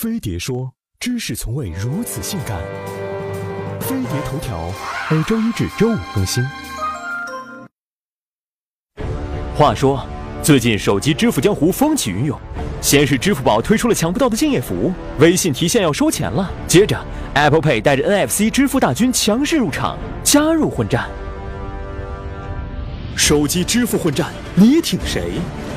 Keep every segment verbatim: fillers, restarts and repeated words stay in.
飞碟说：知识从未如此性感。飞碟头条每周一至周五更新。话说，最近手机支付江湖风起云涌，先是支付宝推出了抢不到的敬业服务，微信提现要收钱了，接着 Apple Pay 带着 N F C 支付大军强势入场，加入混战。手机支付混战，你挺谁？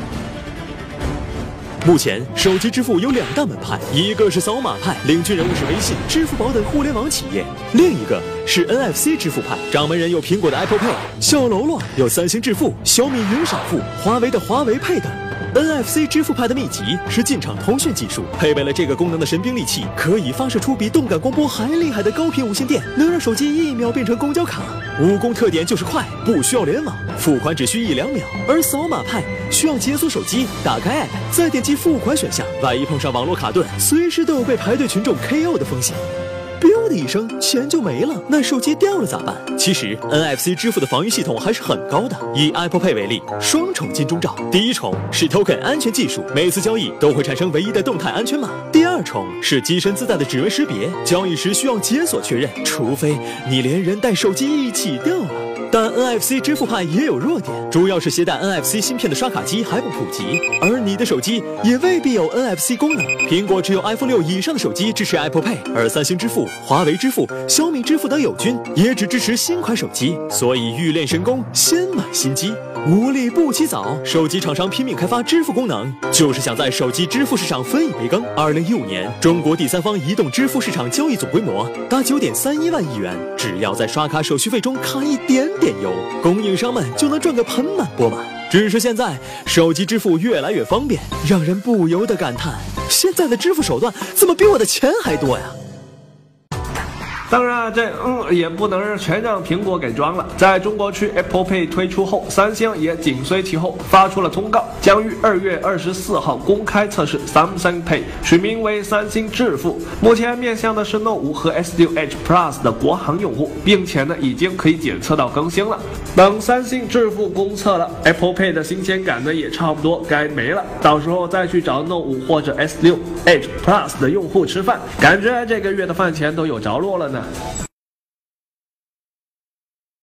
目前，手机支付有两大门派，一个是扫码派，领军人物是微信、支付宝等互联网企业；另一个是 N F C 支付派，掌门人有苹果的 Apple Pay， 小喽啰有三星支付、小米云闪付、华为的华为 Pay 等。N F C 支付派的秘籍是进场通讯技术，配备了这个功能的神兵利器，可以发射出比动感光波还厉害的高频无线电，能让手机一秒变成公交卡。武功特点就是快，不需要联网，付款只需一两秒。而扫码派需要解锁手机，打开 App， 再点击付款选项，万一碰上网络卡顿，随时都有被排队群众 K O 的风险。biu 的一声，钱就没了，那手机掉了咋办？其实 N F C 支付的防御系统还是很高的。以 Apple Pay 为例，双重金钟罩。第一重是 Token 安全技术，每次交易都会产生唯一的动态安全码。第二重是机身自带的指纹识别，交易时需要解锁确认，除非你连人带手机一起掉了。但 N F C 支付派也有弱点，主要是携带 N F C 芯片的刷卡机还不普及，而你的手机也未必有 N F C 功能。苹果只有 iPhone 六以上的手机支持 Apple Pay， 而三星支付、华为支付、小米支付等友军也只支持新款手机。所以欲练神功，先买新机。无利不起早，手机厂商拼命开发支付功能，就是想在手机支付市场分一杯羹。二零一五年，中国第三方移动支付市场交易总规模达九点三一万亿元，只要在刷卡手续费中卡一点点油，供应商们就能赚个盆满钵满。只是现在手机支付越来越方便，让人不由得感叹：现在的支付手段怎么比我的钱还多呀？ 当然，这嗯也不能全让苹果给装了。在中国区 Apple Pay 推出后，三星也紧随其后发出了通告，将于二月二十四号公开测试 Samsung Pay， 取名为三星支付。目前面向的是 Note 五和 S 六 Edge Plus 的国行用户，并且呢已经可以检测到更新了。等三星支付公测了 ，Apple Pay 的新鲜感呢也差不多该没了。到时候再去找 Note 五或者 S 六 Edge Plus 的用户吃饭，感觉这个月的饭钱都有着落了呢。